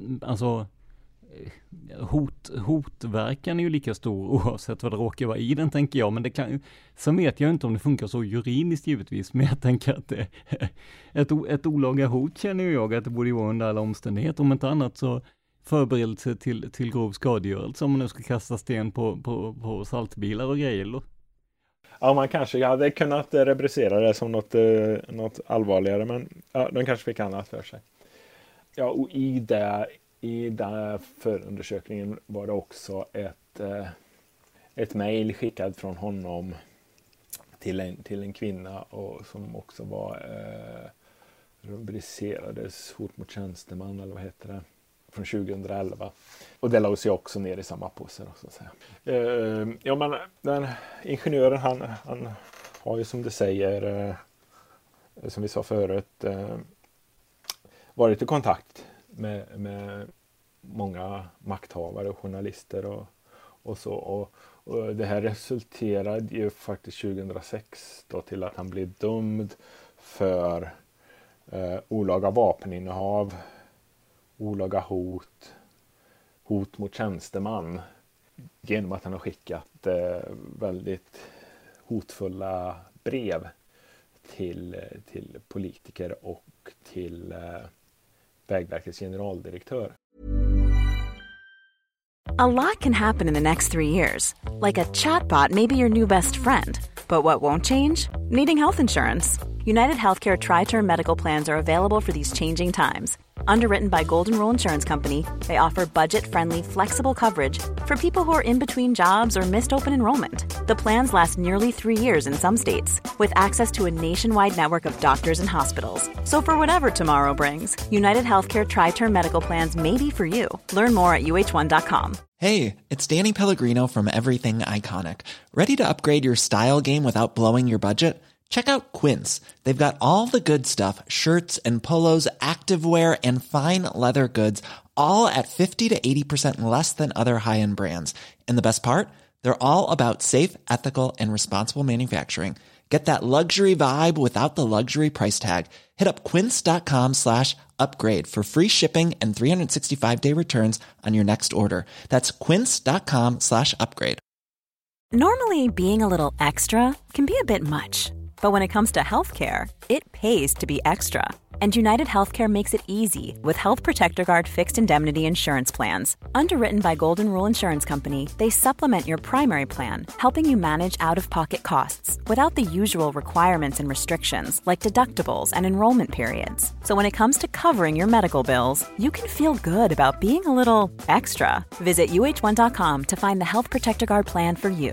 hotverkan är ju lika stor oavsett vad det råkar vara i den, tänker jag. Men det kan, så vet jag inte om det funkar så juridiskt givetvis, men jag tänker att det, ett olaga hot känner jag att det borde vara under alla omständigheter. Om inte annat så förberedelse till grov skadegörelse, om man nu ska kasta sten på saltbilar och grejer då. Ja, man kanske hade kunnat rubricera det som något allvarligare, men ja, de kanske fick annat för sig. Ja, och i den förundersökningen var det också ett mejl skickat från honom till en kvinna, och som också var rubricerades hot mot tjänsteman, eller vad heter det, från 2011. Och det lades ju också ner i samma påse då, så att säga. Ja, men den ingenjören han har ju, som det säger, som vi sa förut, varit i kontakt med många makthavare och journalister och så. Och det här resulterade ju faktiskt 2006 då till att han blev dömd för olaga vapeninnehav, olaga hot mot tjänsteman, genom att han har skickat väldigt hotfulla brev till politiker och till Vägverkets generaldirektör. A lot can happen in the next 3 years. Like a chatbot may be your new best friend. But what won't change? Needing health insurance. United Healthcare Tri-Term Medical Plans are available for these changing times. Underwritten by Golden Rule Insurance Company, they offer budget-friendly, flexible coverage for people who are in between jobs or missed open enrollment. The plans last nearly 3 years in some states, with access to a nationwide network of doctors and hospitals. So for whatever tomorrow brings, United Healthcare Tri-Term Medical Plans may be for you. Learn more at uh1.com. Hey, it's Danny Pellegrino from Everything Iconic. Ready to upgrade your style game without blowing your budget? Check out Quince. They've got all the good stuff, shirts and polos, activewear, and fine leather goods, all at 50 to 80% less than other high-end brands. And the best part? They're all about safe, ethical, and responsible manufacturing. Get that luxury vibe without the luxury price tag. Hit up quince.com/upgrade for free shipping and 365-day returns on your next order. That's quince.com/upgrade. Normally, being a little extra can be a bit much. But when it comes to healthcare, it pays to be extra. And United Healthcare makes it easy with Health Protector Guard fixed indemnity insurance plans. Underwritten by Golden Rule Insurance Company, they supplement your primary plan, helping you manage out-of-pocket costs without the usual requirements and restrictions like deductibles and enrollment periods. So when it comes to covering your medical bills, you can feel good about being a little extra. Visit uh1.com to find the Health Protector Guard plan for you.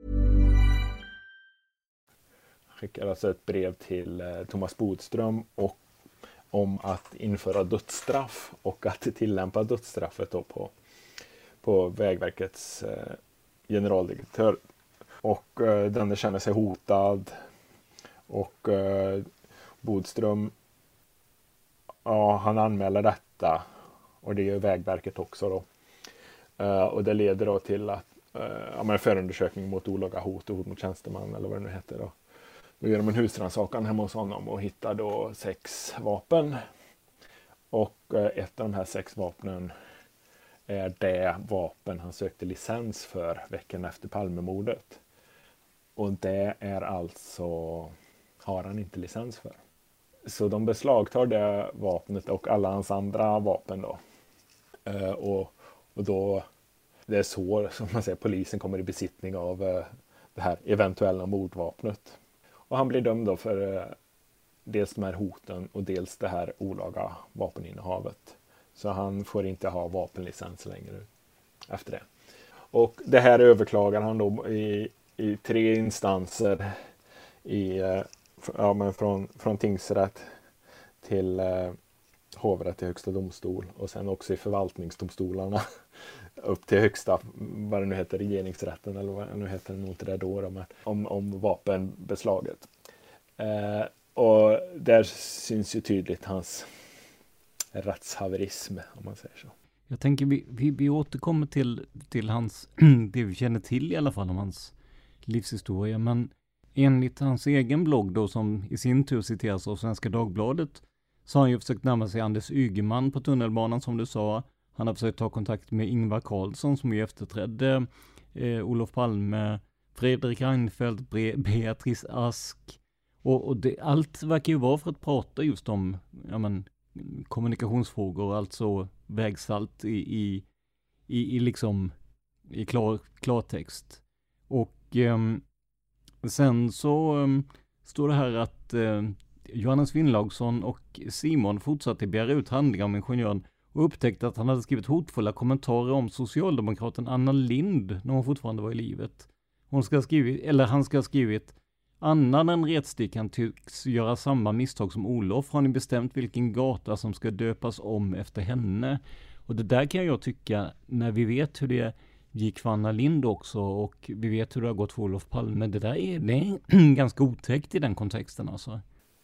Skickade alltså ett brev till Thomas Bodström om att införa dödsstraff och att tillämpa dödsstraffet då på Vägverkets generaldirektör. Och den känner sig hotad, och Bodström, ja, han anmäler detta, och det gör Vägverket också då. Och det leder då till att förundersökning mot olaga hot och hot mot tjänsteman, eller vad det nu heter då. Då gör de en husrannsakan hemma hos honom och hittar då 6 vapen. Och ett av de här 6 vapnen är det vapen han sökte licens för veckan efter Palmemordet. Och det är alltså, har han inte licens för. Så de beslagtar det vapnet och alla hans andra vapen då. Och då, det är så, som man säger, polisen kommer i besittning av det här eventuella mordvapnet. Och han blir dömd då för dels de här hoten och dels det här olaga vapeninnehavet. Så han får inte ha vapenlicens längre efter det. Och det här överklagar han då i 3 instanser från tingsrätt till hovrätt i högsta domstol och sen också i förvaltningsdomstolarna upp till högsta, vad det nu heter, regeringsrätten eller vad det nu heter, nog inte det då, om vapenbeslaget. Och där syns ju tydligt hans rättshaverism, om man säger så. Jag tänker vi återkommer till hans, det vi känner till i alla fall om hans livshistoria, men enligt hans egen blogg då, som i sin tur citeras av Svenska Dagbladet, så har han ju försökt närma sig Anders Ygeman på tunnelbanan, som du sa. Han har försökt ta kontakt med Ingvar Carlsson, som ju efterträdde Olof Palme, Fredrik Reinfeldt, Beatrice Ask. Och allt verkar ju vara för att prata just om kommunikationsfrågor, alltså vägsalt i klartext. Och sen så står det här att Johannes Finnlaugsson och Simon fortsatte begära ut handlingar om ingenjören och upptäckte att han hade skrivit hotfulla kommentarer om socialdemokraten Anna Lindh när hon fortfarande var i livet. Han ska ha skrivit: Anna den retstickan tycks göra samma misstag som Olof. Har ni bestämt vilken gata som ska döpas om efter henne? Och det där kan jag tycka, när vi vet hur det gick för Anna Lindh också och vi vet hur det har gått för Olof Palme, det är ganska otäckt i den kontexten alltså.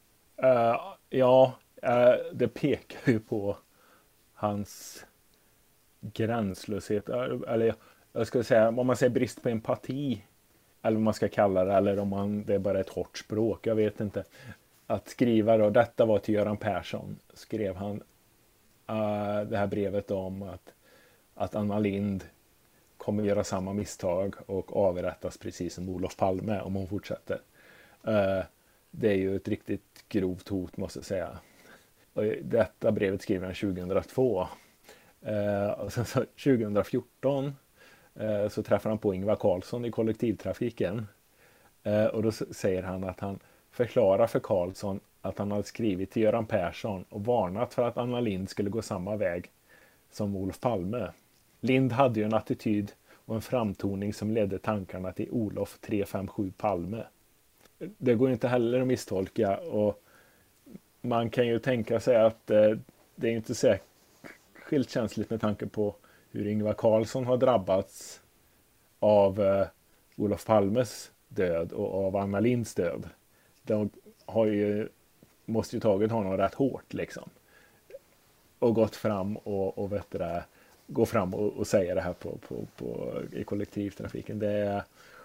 Det pekar ju på hans gränslöshet, eller jag ska säga, om man säger brist på empati, eller vad man ska kalla det, eller om det är bara ett hårt språk, jag vet inte. Att skriva då, detta var till Göran Persson, skrev han det här brevet om att Anna Lindh kommer göra samma misstag och avrättas precis som Olof Palme om hon fortsätter. Det är ju ett riktigt grovt hot, måste jag säga. Och detta brevet skrev han 2002. Och sen så 2014 så träffar han på Ingvar Carlsson i kollektivtrafiken. Och då säger han att han förklarar för Carlsson att han hade skrivit till Göran Persson och varnat för att Anna Lindh skulle gå samma väg som Olof Palme. Lindh hade ju en attityd och en framtoning som ledde tankarna till Olof 357 Palme. Det går inte heller att misstolka, och man kan ju tänka sig att det är inte särskilt känsligt med tanke på hur Ingvar Carlsson har drabbats av Olof Palmes död och av Anna Lindhs död. De måste ju tagit honom rätt hårt liksom. Och gått fram och gå fram och säga det här i kollektivtrafiken. Det är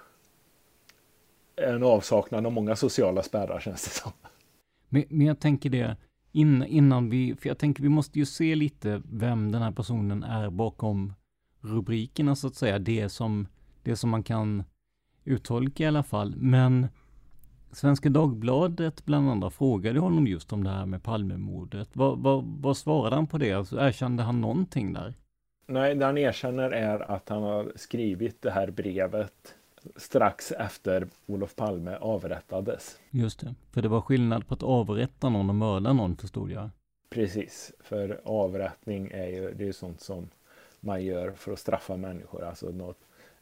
en avsaknad av många sociala spärrar, känns det som. Men jag tänker det innan för jag tänker vi måste ju se lite vem den här personen är bakom rubrikerna så att säga. Det som man kan uttolka i alla fall. Men Svenska Dagbladet bland andra frågade honom just om det här med Palmemordet. Vad svarade han på det? Alltså, erkände han någonting där? Nej, det han erkänner är att han har skrivit det här brevet strax efter Olof Palme avrättades. Just det, för det var skillnad på att avrätta någon och mörda någon, förstod jag. Precis, för avrättning det är sånt som man gör för att straffa människor. Alltså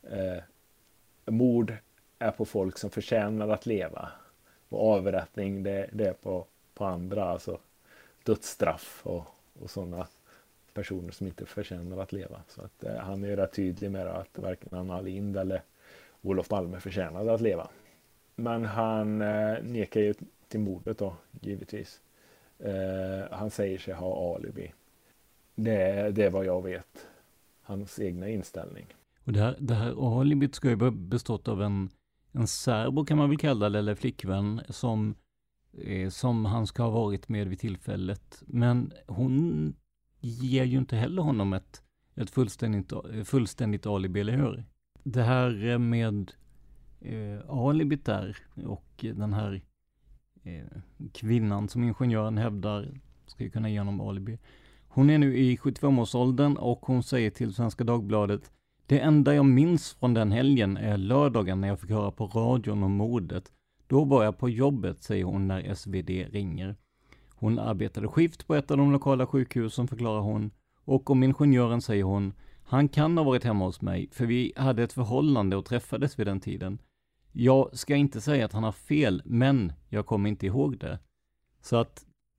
mord är på folk som förtjänar att leva. Och avrättning det är på andra, alltså dödsstraff och sådana personer som inte förtjänar att leva. Så att han är rätt tydlig med att varken Anna Lindh eller Olof Palme förtjänade att leva. Men han nekar ju till mordet då, givetvis. Han säger sig ha alibi. Det är vad jag vet. Hans egna inställning. Och det här alibit ska ju bestått av en särbo, kan man väl kalla det, eller flickvän som han ska ha varit med vid tillfället. Men hon ger ju inte heller honom ett fullständigt alibi, eller hur? Det här med alibit där och den här kvinnan som ingenjören hävdar ska ju kunna ge honom alibi. Hon är nu i 75-årsåldern och hon säger till Svenska Dagbladet: det enda jag minns från den helgen är lördagen när jag fick höra på radion om mordet. Då var jag på jobbet, säger hon när SvD ringer. Hon arbetade skift på ett av de lokala sjukhusen, förklarar hon. Och om ingenjören säger hon: han kan ha varit hemma hos mig, för vi hade ett förhållande och träffades vid den tiden. Jag ska inte säga att han har fel, men jag kommer inte ihåg det. Så att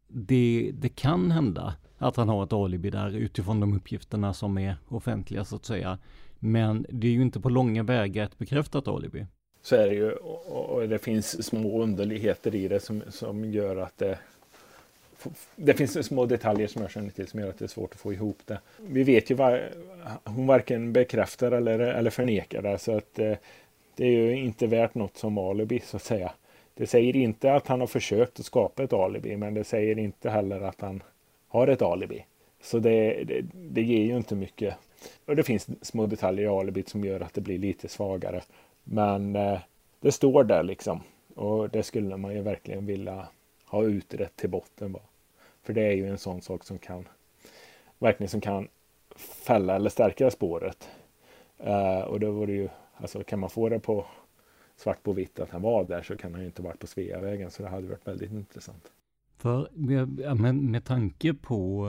det kan hända att han har ett alibi där utifrån de uppgifterna som är offentliga så att säga. Men det är ju inte på långa vägar ett bekräftat alibi. Så är det ju, och det finns små underligheter i det som gör att det finns små detaljer som jag känner till som gör att det är svårt att få ihop det. Vi vet ju hon varken bekräftar eller förnekar det, så att det är ju inte värt något som alibi så att säga. Det säger inte att han har försökt att skapa ett alibi, men det säger inte heller att han har ett alibi. Så det ger ju inte mycket. Och det finns små detaljer i alibit som gör att det blir lite svagare. Men det står där liksom. Och det skulle man ju verkligen vilja ha utrett till botten. För det är ju en sån sak som kan fälla eller stärka spåret. Och då var det ju, alltså kan man få det på svart på vitt att han var där, så kan han ju inte varit på Sveavägen. Så det hade varit väldigt intressant. För med tanke på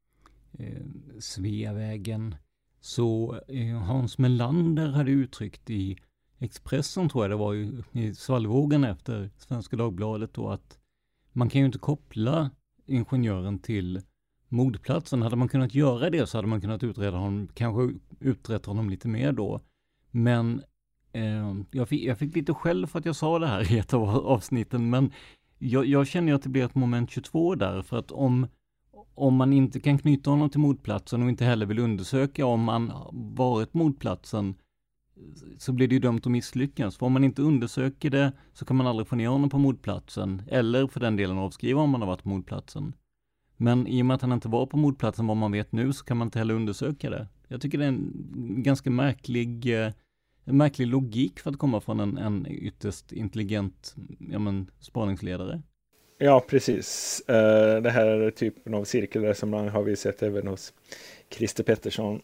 Sveavägen så Hans Melander hade uttryckt i Expressen, tror jag det var ju, i svallvågen efter Svenska Dagbladet då, att man kan ju inte koppla ingenjören till mordplatsen. Hade man kunnat göra det så hade man kunnat utreda honom lite mer då. Men jag fick lite skäll för att jag sa det här i ett av avsnitten, men jag känner att det blir ett moment 22 där, för att om man inte kan knyta honom till mordplatsen och inte heller vill undersöka om han varit mordplatsen, så blir det ju dömt att misslyckas. För om man inte undersöker det så kan man aldrig få ner honom på mordplatsen, eller för den delen avskriva om man har varit på mordplatsen. Men i och med att han inte var på mordplatsen vad man vet nu, så kan man inte heller undersöka det. Jag tycker det är en ganska märklig logik för att komma från en ytterst intelligent spaningsledare. Ja, precis. Det här är typen av cirkelresonemang har vi sett även hos Christer Pettersson.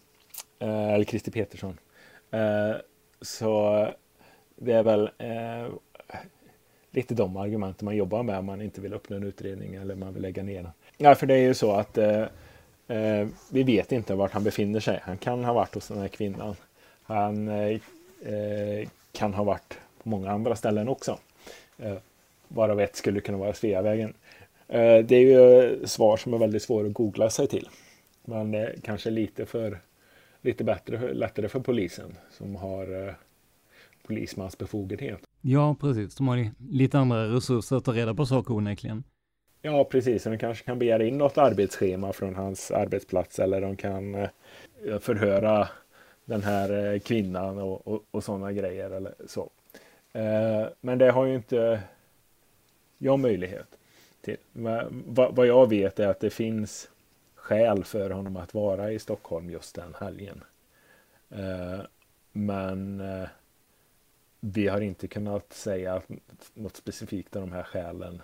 Så det är väl lite de argumenten man jobbar med om man inte vill öppna en utredning eller man vill lägga ner den. Ja, för det är ju så att vi vet inte vart han befinner sig. Han kan ha varit hos den här kvinnan. Han kan ha varit på många andra ställen också. Varav ett skulle kunna vara Sveavägen. Det är ju svar som är väldigt svåra att googla sig till. Men det är kanske lite lättare för polisen som har polismans befogenhet. Ja, precis. De har lite andra resurser att ta reda på saker onekligen. Ja, precis. De kanske kan begära in något arbetsschema från hans arbetsplats, eller de kan förhöra den här kvinnan och sådana grejer eller så. Men det har ju inte jag möjlighet till. Vad jag vet är att det finns skäl för honom att vara i Stockholm just den helgen. Men vi har inte kunnat säga att något specifikt av de här skälen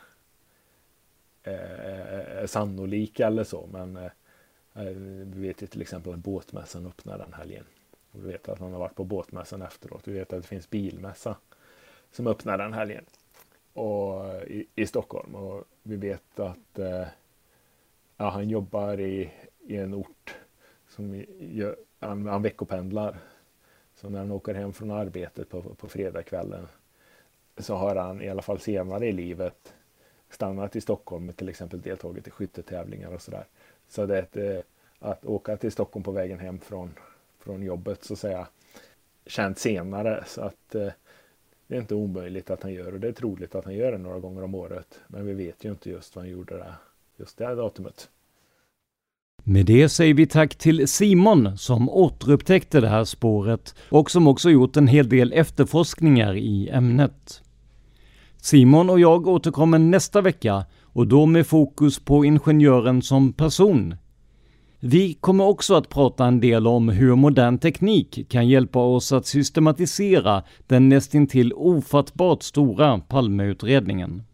är sannolika eller så. Men vi vet ju till exempel att båtmässan öppnar den helgen. Vi vet att han har varit på båtmässan efteråt. Vi vet att det finns bilmässa som öppnar den helgen och i Stockholm. Och vi vet att han jobbar i en ort som han veckopendlar. Så när han åker hem från arbetet på fredagskvällen så har han i alla fall senare i livet stannat i Stockholm och till exempel deltagit i skyttetävlingar och sådär. Så det att åka till Stockholm på vägen hem från jobbet så att säga känt senare, så att det är inte omöjligt att han gör, och det är troligt att han gör det några gånger om året, men vi vet ju inte just vad han gjorde där just det här datumet. Med det säger vi tack till Simon som återupptäckte det här spåret och som också gjort en hel del efterforskningar i ämnet. Simon och jag återkommer nästa vecka och då med fokus på ingenjören som person. Vi kommer också att prata en del om hur modern teknik kan hjälpa oss att systematisera den nästintill ofattbart stora Palmeutredningen.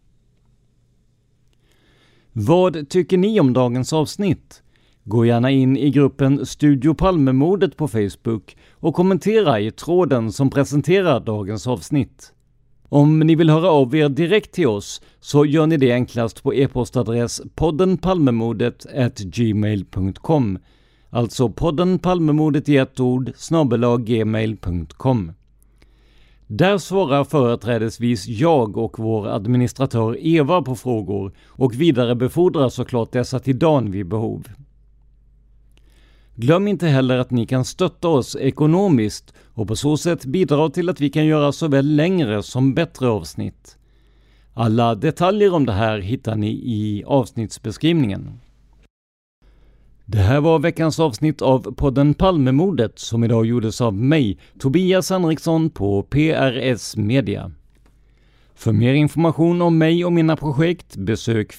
Vad tycker ni om dagens avsnitt? Gå gärna in i gruppen Studio Palmemordet på Facebook och kommentera i tråden som presenterar dagens avsnitt. Om ni vill höra av er direkt till oss så gör ni det enklast på e-postadress poddenpalmemordet@gmail.com, alltså poddenpalmemordet i ett ord @gmail.com. Där svarar företrädesvis jag och vår administratör Eva på frågor och vidare befordrar såklart dessa till Dan vid behov. Glöm inte heller att ni kan stötta oss ekonomiskt och på så sätt bidra till att vi kan göra såväl längre som bättre avsnitt. Alla detaljer om det här hittar ni i avsnittsbeskrivningen. Det här var veckans avsnitt av podden Palmemordet som idag gjordes av mig, Tobias Henriksson på PRS Media. För mer information om mig och mina projekt besök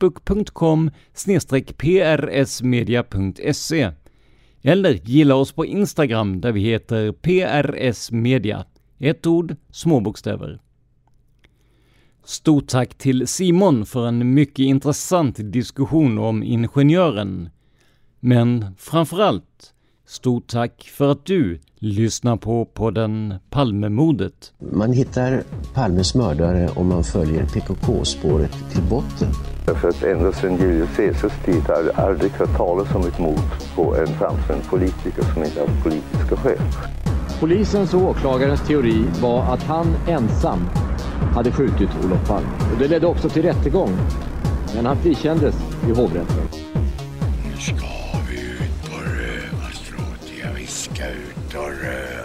facebook.com/prsmedia.se eller gilla oss på Instagram där vi heter PRS Media. Ett ord, små bokstäver. Stort tack till Simon för en mycket intressant diskussion om ingenjören. Men framförallt, stort tack för att du lyssnar på podden Palmemordet. Man hittar Palmes mördare om man följer PKK-spåret till botten. För att ända sedan Julius Caesars tid har det aldrig hört talas om ett mord på en framstående politiker som inte har politiska skäl. Polisens och åklagarens teori var att han ensam hade skjutit Olof Palme. Och det ledde också till rättegång. Men han frikändes i hovrätten. Nu ska vi ut på rövarstråt. Jag viskar ut och röva.